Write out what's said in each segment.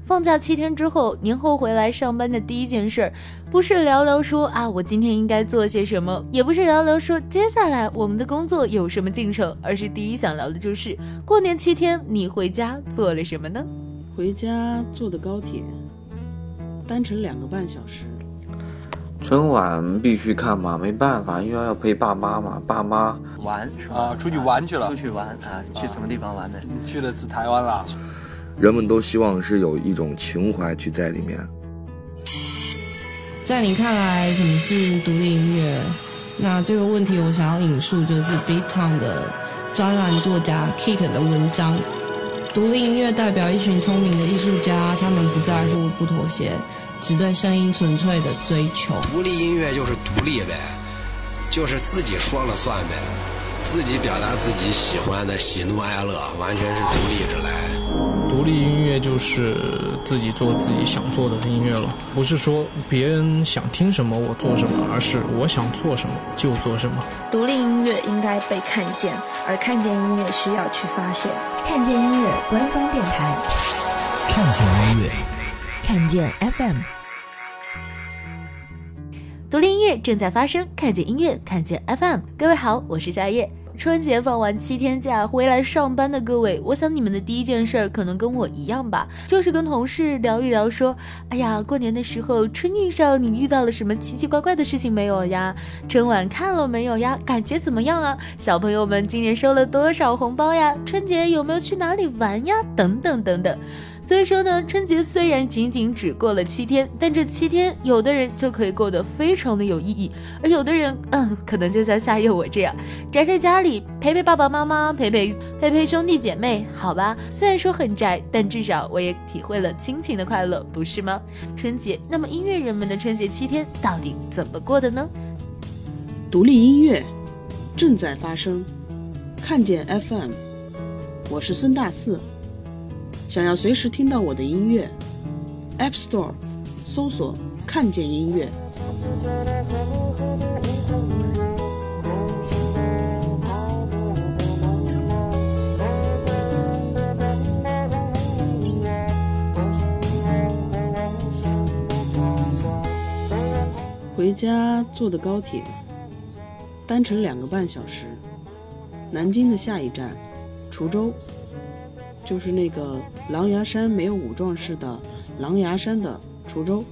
放假7天之后，年后回来上班的第一件事，不是聊聊说啊我今天应该做些什么，也不是聊聊说接下来我们的工作有什么进程，而是第一想聊的就是过年7天你回家做了什么呢？ 回家坐的高铁，单程2个半小时。 春晚必须看嘛，没办法，因为要陪爸妈嘛，爸妈玩出去玩去了。 出去玩啊，去什么地方玩呢？ 去的是台湾了。 人们都希望是有一种情怀去在里面。 在你看来，什么是独立音乐？那这个问题我想要引述就是 Beattown 的专栏作家 Kit 的文章。独立音乐代表一群聪明的艺术家，他们不在乎，不妥协，只对声音纯粹的追求。 独立音乐就是独立呗，就是自己说了算呗，自己表达自己喜欢的喜怒哀乐，完全是独立着来。 独立音乐就是自己做自己想做的音乐了，不是说别人想听什么我做什么，而是我想做什么就做什么。 独立音乐应该被看见，而看见音乐需要去发现。 看见音乐官方电台， 看见音乐， 看见 FM。 独立音乐正在发生，看见音乐，看见 FM。各位好，我是夏夜。春节放完7天假回来上班的各位，我想你们的第一件事可能跟我一样吧，就是跟同事聊一聊说，哎呀，过年的时候春运上你遇到了什么奇奇怪怪的事情没有呀？春晚看了没有呀？感觉怎么样啊？小朋友们今年收了多少红包呀？春节有没有去哪里玩呀？等等等等。所以说呢，春节虽然仅仅只过了7天，但这7天有的人就可以过得非常的有意义，而有的人可能就像夏夜我这样宅在家里陪陪爸爸妈妈，陪陪兄弟姐妹，好吧，虽然说很宅，但至少我也体会了亲情的快乐，不是吗？春节，那么音乐人们的春节7天到底怎么过的呢？ 独立音乐正在发生，看见 FM， 我是孙大四。想要随时听到我的音乐 App Store 搜索看见音乐。回家坐的高铁，单程2个半小时。南京的下一站滁州，就是那个狼牙山没有武装式的狼牙山的滁州。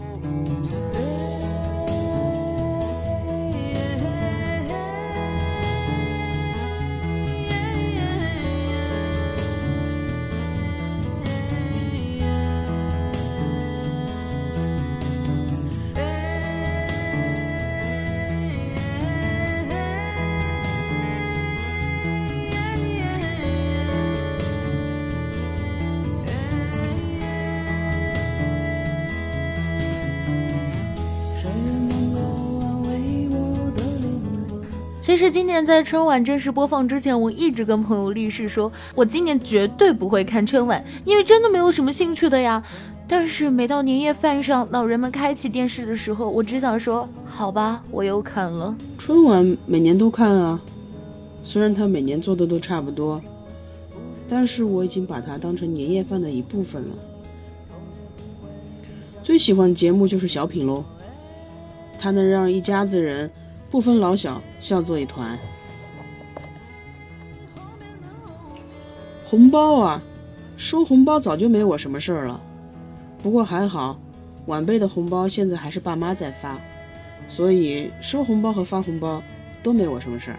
其实今年在春晚正式播放之前，我一直跟朋友立誓说，我今年绝对不会看春晚，因为真的没有什么兴趣的呀。但是每到年夜饭上，老人们开启电视的时候，我只想说，好吧，我又看了。 春晚每年都看啊，虽然它每年做的都差不多，但是我已经把它当成年夜饭的一部分了。最喜欢的节目就是小品喽，它能让一家子人不分老小笑作一团。红包啊，收红包早就没我什么事儿了，不过还好晚辈的红包现在还是爸妈在发，所以收红包和发红包都没我什么事儿。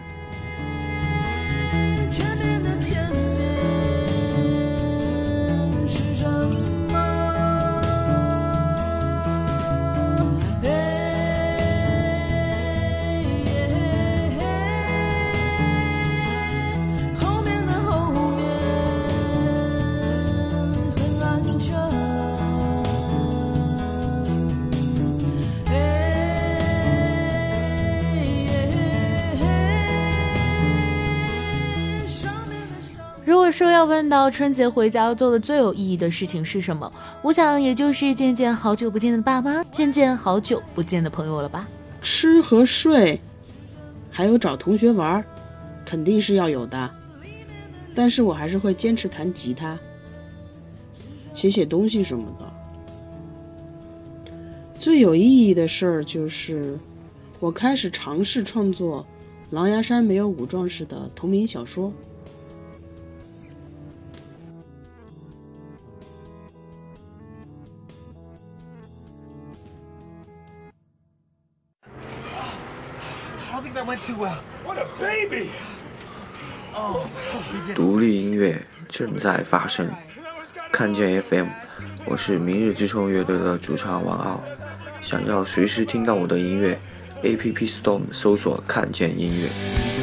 前面的前面是什么？后面的后面很安全。 如果说要问到春节回家做的最有意义的事情是什么，我想也就是见见好久不见的爸妈，见见好久不见的朋友了吧。吃和睡还有找同学玩肯定是要有的，但是我还是会坚持弹吉他，写写东西什么的， 最有意义的事儿就是我开始尝试创作狼牙山没有武壮士的同名小说。 独立音乐正在发生，看见 FM， 我是明日之虫乐队的主唱王傲。想要随时听到我的音乐 ，APP Store 搜索“看见音乐”。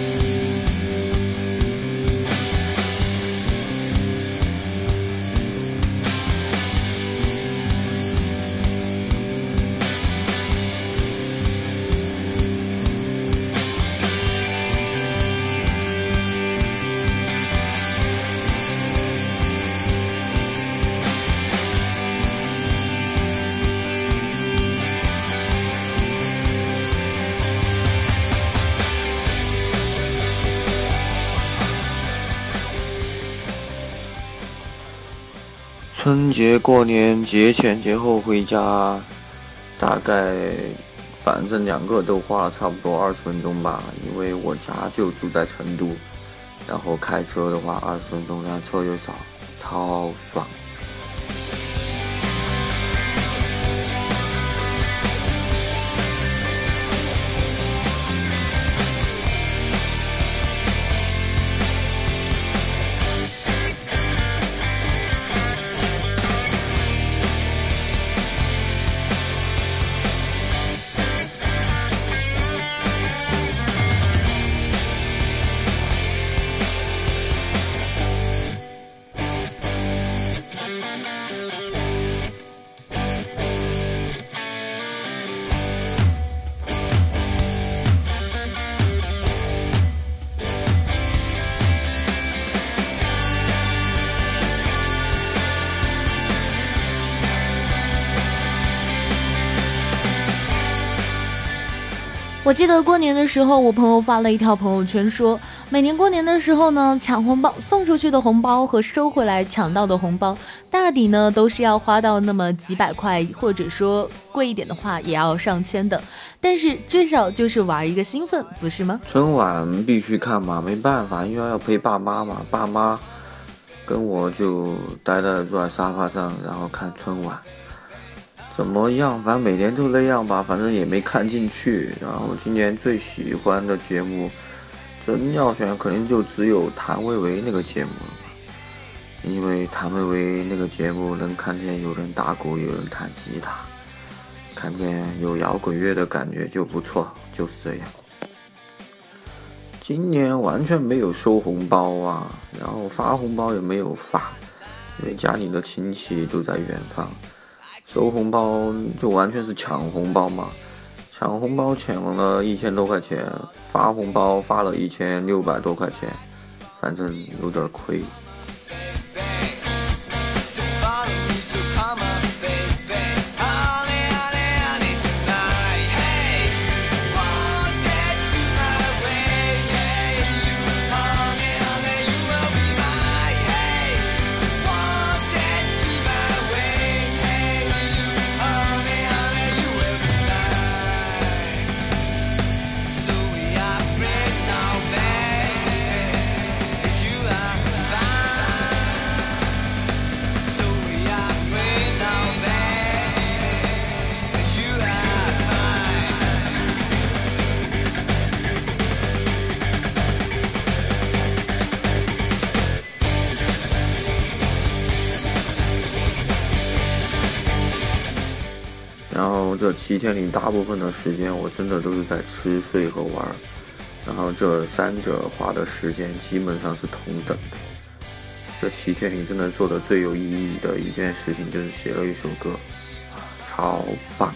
春节过年节前节后回家，大概反正2个都花了差不多20分钟吧，因为我家就住在成都，然后开车的话20分钟，然后车又少，超爽。 我记得过年的时候，我朋友发了一条朋友圈说，每年过年的时候呢，抢红包送出去的红包和收回来抢到的红包，大抵呢都是要花到那么几百块，或者说贵一点的话也要上千的。但是至少就是玩一个兴奋，不是吗？ 春晚必须看嘛，没办法，因为要陪爸妈嘛，爸妈跟我就呆呆地坐在沙发上，然后看春晚。怎么样？反正每年都那样吧，反正也没看进去。然后今年最喜欢的节目，真要选，肯定就只有谭维维那个节目了吧。因为谭维维那个节目能看见有人打鼓，有人弹吉他，看见有摇滚乐的感觉就不错，就是这样。今年完全没有收红包啊，然后发红包也没有发，因为家里的亲戚都在远方。收红包就完全是抢红包嘛，抢红包抢了1000多块钱，发红包发了1600多块钱，反正有点亏。然后这7天里大部分的时间我真的都是在吃睡和玩，然后这3者花的时间基本上是同等的。这7天里真的做的最有意义的一件事情就是写了一首歌，超棒。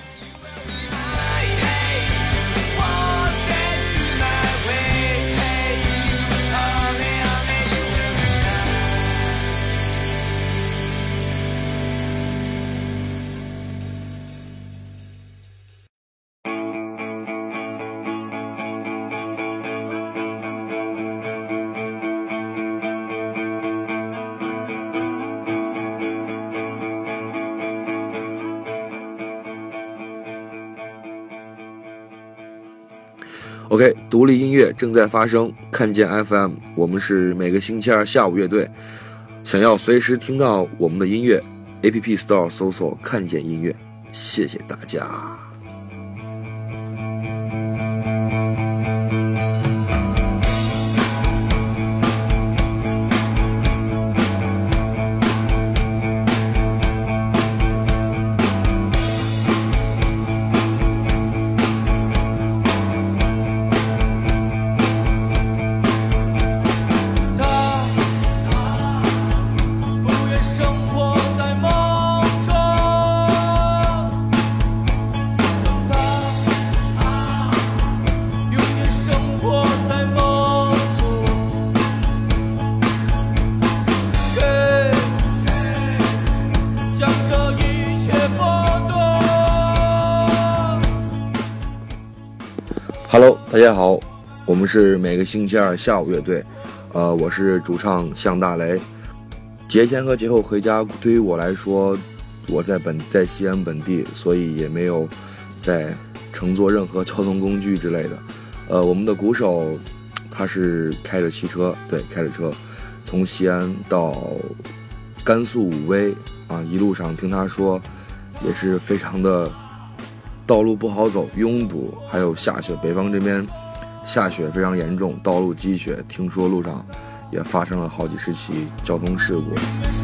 OK， 独立音乐正在发生，看见 FM， 我们是每个星期二下午乐队。想要随时听到我们的音乐 ，App Store 搜索看见音乐。谢谢大家。Hello， 大家好，我们是每个星期二下午乐队，我是主唱向大雷。节前和节后回家，对于我来说，我在西安本地，所以也没有在乘坐任何交通工具之类的。我们的鼓手他是开着车，从西安到甘肃武威啊，一路上听他说也是非常的。道路不好走，拥堵，还有下雪，北方这边下雪非常严重，道路积雪，听说路上也发生了好几十起交通事故。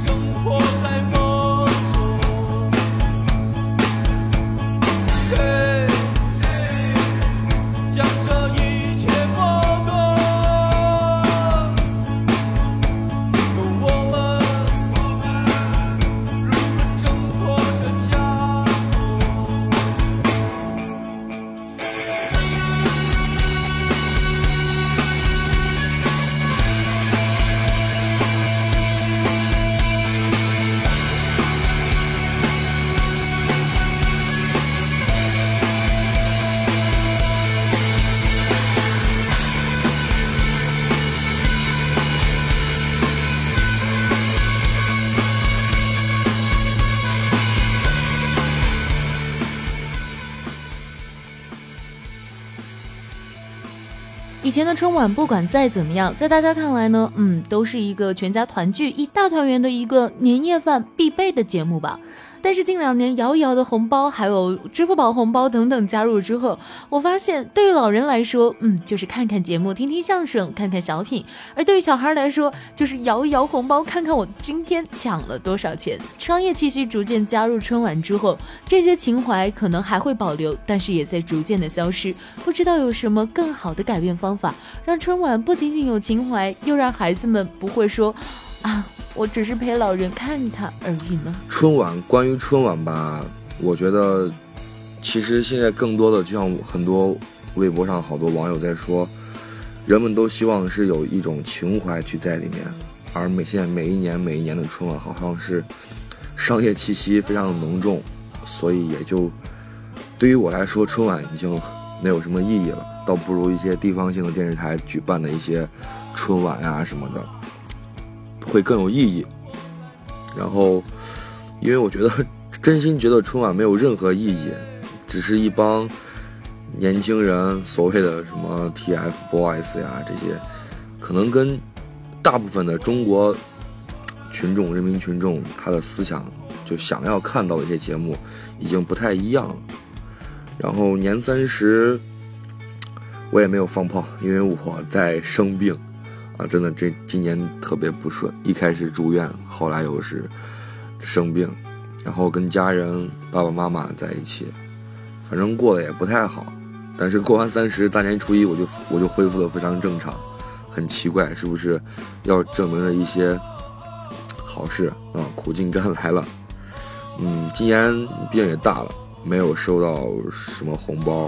以前的春晚不管再怎么样，在大家看来呢，都是一个全家团聚一大团圆的一个年夜饭必备的节目吧。但是近2年摇一摇的红包还有支付宝红包等等加入之后，我发现对于老人来说就是看看节目听听相声看看小品，而对于小孩来说就是摇一摇红包看看我今天抢了多少钱。商业气息逐渐加入春晚之后，这些情怀可能还会保留，但是也在逐渐的消失。不知道有什么更好的改变方法，让春晚不仅仅有情怀，又让孩子们不会说我只是陪老人看他而已呢。 关于春晚吧，我觉得其实现在更多的就像很多微博上好多网友在说，人们都希望是有一种情怀去在里面，而现在每一年的春晚好像是商业气息非常的浓重，所以也就对于我来说春晚已经没有什么意义了，倒不如一些地方性的电视台举办的一些春晚啊什么的会更有意义。然后因为我真心觉得春晚没有任何意义，只是一帮年轻人所谓的什么 TFBOYS 呀，这些可能跟大部分的中国人民群众他的思想就想要看到的一些节目已经不太一样了。然后年30我也没有放炮，因为我在生病真的今年特别不顺，一开始住院，后来又是生病，然后跟家人爸爸妈妈在一起，反正过得也不太好。但是过完30大年初一我就恢复得非常正常，很奇怪，是不是要证明了一些好事苦尽甘来了。今年毕竟也大了，没有收到什么红包，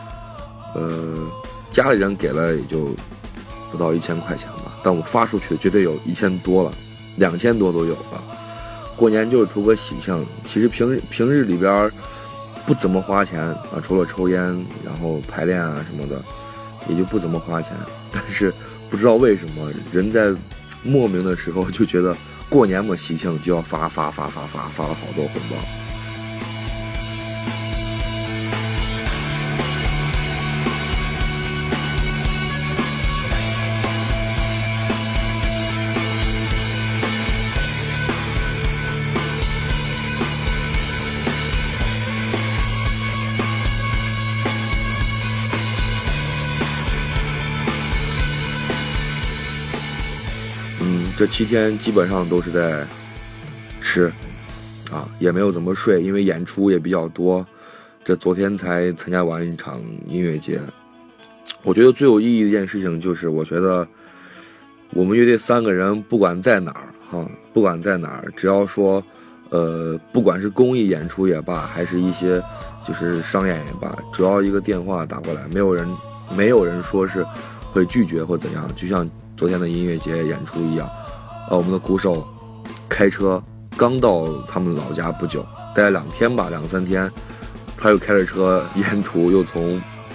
家里人给了也就不到1000块钱吧，但我发出去的绝对有1000多了，2000多都有了。过年就是图个喜庆，其实平日里边不怎么花钱除了抽烟然后排练什么的也就不怎么花钱，但是不知道为什么人在莫名的时候就觉得过年嘛喜庆就要发了好多红包。 这7天基本上都是在吃，也没有怎么睡，因为演出也比较多。这昨天才参加完一场音乐节。我觉得最有意义的一件事情就是，我觉得我们乐队3个人不管在哪儿不管在哪儿，只要说不管是公益演出也罢，还是一些就是商演也罢，只要一个电话打过来，没有人说是会拒绝或怎样。就像昨天的音乐节演出一样，我们的鼓手开车刚到他们老家不久，待了2天吧，2-3天，他又开着车沿途又从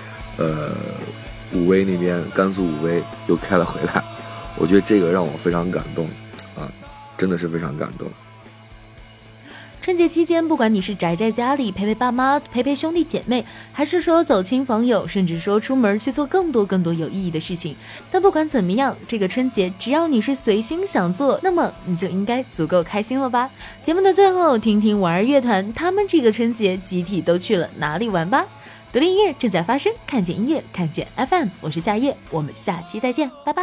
武威那边，甘肃武威又开了回来。我觉得这个让我非常感动真的是非常感动。 春节期间，不管你是宅在家里陪陪爸妈、陪陪兄弟姐妹，还是说走亲访友，甚至说出门去做更多有意义的事情，但不管怎么样，这个春节只要你是随心想做，那么你就应该足够开心了吧。节目的最后，听听玩儿乐团他们这个春节集体都去了哪里玩吧。独立音乐正在发生，看见音乐，看见 FM， 我是夏夜，我们下期再见，拜拜。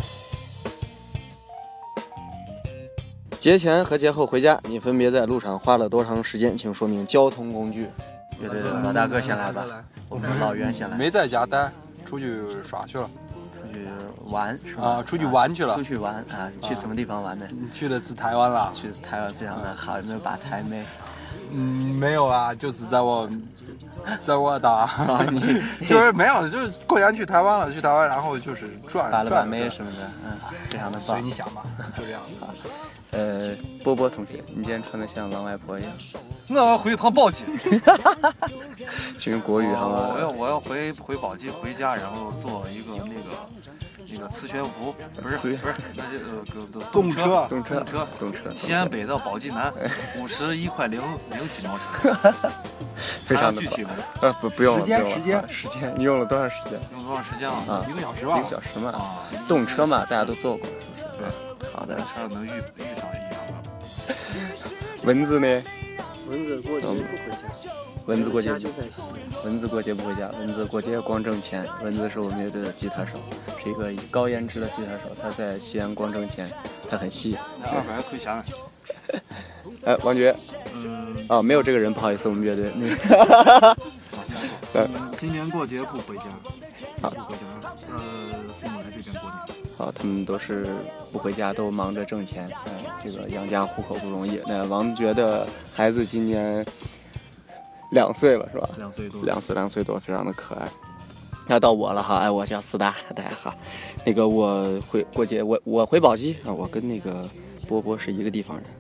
节前和节后回家，你分别在路上花了多长时间？请说明交通工具。乐队的老大哥先来吧，我们的老袁先来。 没在家待，出去耍去了。 出去玩是吧？ 出去玩去了。 出去玩去什么地方玩呢？ 去的是台湾了。 去的是台湾，非常的好。有没有把台妹？ 没有啊，就是在我的就是没有，就是过年去台湾了，然后就是把了把妹什么的，非常的棒。 随你想吧，就这样。 波波同学，你今天穿的像狼外婆一样。 我回趟宝鸡。 请用国语好吗？ 我要回宝鸡回家，然后做一个那个磁悬浮，不是，那就动车。西安北到宝鸡南，51块0几毛钱。 非常的具体吗？ 不用了。 时间，你用了多长时间？ 用多长时间啊？1个小时吧。1 个小时嘛。动车嘛，大家都坐过，是不是？ 对。好的。车能遇上一样的。 蚊子呢？ 蚊子过节不回家。 蚊子过节就在西安。 蚊子过节不回家，蚊子过节光挣钱。蚊子是我们乐队的吉他手，是一个高颜值的吉他手，他在西安光挣钱，他很细。 那会儿还亏钱了。 王爵，没有这个人，不好意思，我们乐队今年过节不回家，不回家，父母来这边过年。 好，他们都是不回家，都忙着挣钱，这个养家糊口不容易。那王爵的孩子今年2岁了，是吧 ？2岁多 ，2岁多，非常的可爱。那到我了哈，我叫四大，大家好。那个我过节，我回宝鸡我跟那个波波是一个地方人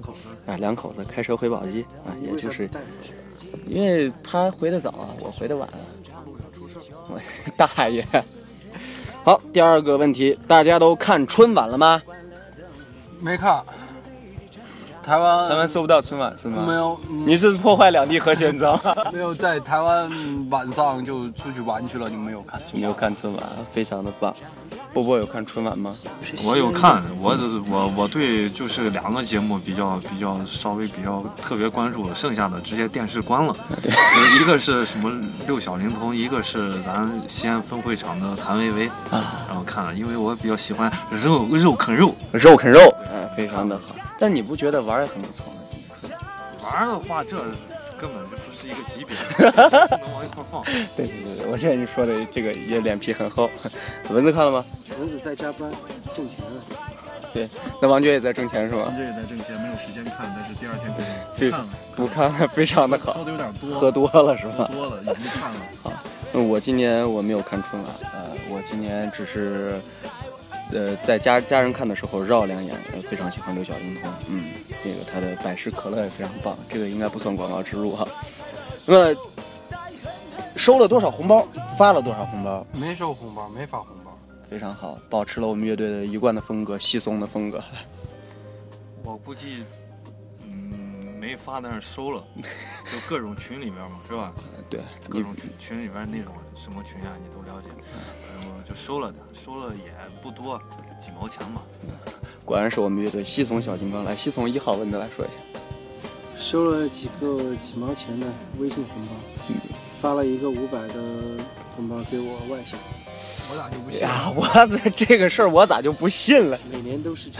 2口子开车回宝鸡也就是因为他回得早我回得晚我大爷。好，第2个问题，大家都看春晚了吗？ 没看。台湾收不到春晚是吗？ 没有， 你是破坏2地和谐章。 没有，在台湾晚上就出去玩去了，就没有看春晚。 没有看春晚，非常的棒。波波有看春晚吗？ 我有看，我对就是2个节目比较稍微比较特别关注，剩下的直接电视关了。 对， 一个是什么6小龄童，一个是咱西安分会场的谭维维然后看了，因为我比较喜欢肉啃肉， 非常的好。但你不觉得玩也很不错吗？ 玩的话，这根本就不是一个级别，不能往一块放。 对，我现在你说的这个也脸皮很厚。蚊子看了吗？ 蚊子在加班挣钱了。 对，那王爵也在挣钱是吧？ 王爵也在挣钱，没有时间看，但是第2天不看了，非常的好。 喝的有点多， 喝多了是吧？ 喝多了，已经看了。 好，我今年我没有看春晚，我今年只是。在家人看的时候绕2眼，非常喜欢6小龄童，这个他的百事可乐也非常棒，这个应该不算广告植入哈。那么收了多少红包？发了多少红包？ 没收红包，没发红包。 非常好，保持了我们乐队的一贯的风格，稀松的风格。 我估计没发，但是收了，就各种群里边嘛，是吧？ 对， 各种群里边那种什么群啊，你都了解。就收了也不多，几毛钱嘛。 果然是我们乐队西从小金刚。来，西从1号蚊子来说一下。 收了几毛钱的微信红包，发了一个500的红包给我外甥。 我咋就不信呀？这个事儿我咋就不信了？ 每年都是这样。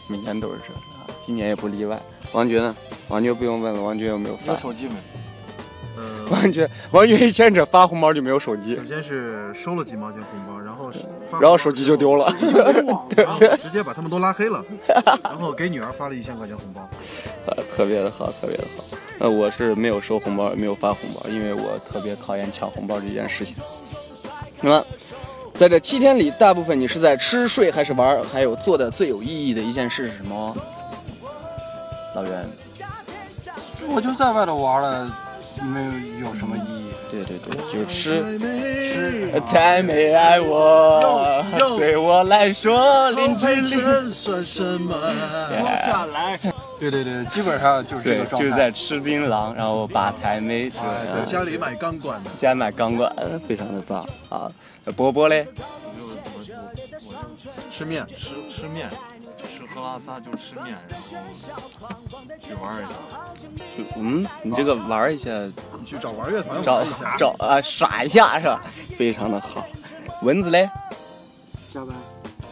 每年都是这啊，今年也不例外。王爵呢？王爵不用问了，王爵有没有发？ 有手机没？ 王爵以前这发红包就没有手机。 首先是收了几毛钱红包，然后手机就丢了， 对，直接把他们都拉黑了，然后给女儿发了1000块钱红包。 特别的好，特别的好。我是没有收红包，也没有发红包，因为我特别讨厌抢红包这件事情。那么，在这7天里，大部分你是在吃、睡还是玩？还有做的最有意义的一件事是什么？老袁， 我就在外头玩了。没有什么意义。 对，就是吃。太没爱我，对我来说，林志玲算什么？ 活下来。对，基本上就是这个状态。 就是在吃槟榔，然后把太妹吃。 家里买钢管的。 家买钢管，非常的棒啊！波波嘞？ 我吃面， 吃面。吃喝拉撒就吃面，然后去玩一下。 你这个玩一下， 你去找玩乐团找耍一下是吧？非常的好。蚊子嘞？ 加班。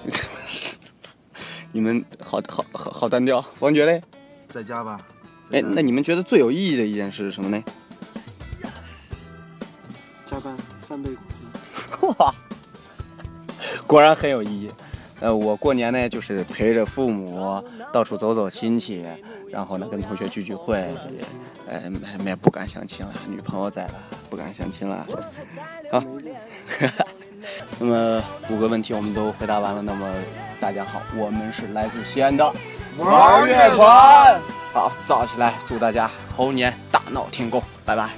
你们好单调。王爵嘞？ 在家吧。 哎，那你们觉得最有意义的一件事是什么呢？ 加班3倍工资。哇，果然很有意义。我过年呢，就是陪着父母到处走走亲戚，然后呢跟同学聚会，不敢相亲了，女朋友在了，不敢相亲了。好，那么5个问题我们都回答完了。那么大家好，我们是来自西安的玩乐团。 好，造起来，祝大家猴年大闹天宫，拜拜。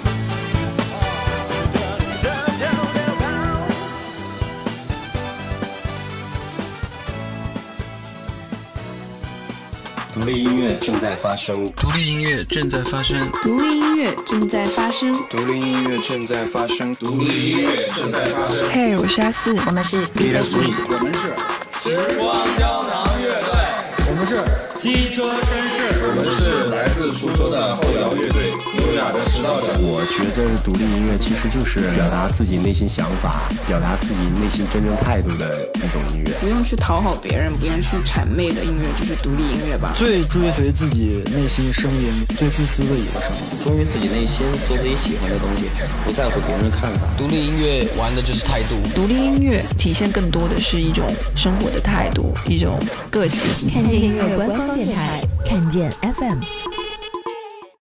独立音乐正在发生， 独立音乐正在发生， 独立音乐正在发生， 独立音乐正在发生， 独立音乐正在发生。 嘿，我是阿四，我们是 Bittersweet， 我们是时光胶囊乐队， 我们是机车绅士， 我们是来自苏州的后摇乐队，优雅的拾道者。 我觉得独立音乐其实就是表达自己内心想法，表达自己内心真正态度的一种音乐。 不用去讨好别人，不用去谄媚的音乐就是独立音乐吧。 最追随自己内心声音，最自私的一个声音。 忠于自己内心，做自己喜欢的东西，不在乎别人的看法。 独立音乐玩的就是态度。 独立音乐体现更多的是一种生活的态度，一种个性。 看见音乐官方电台，看见 FM。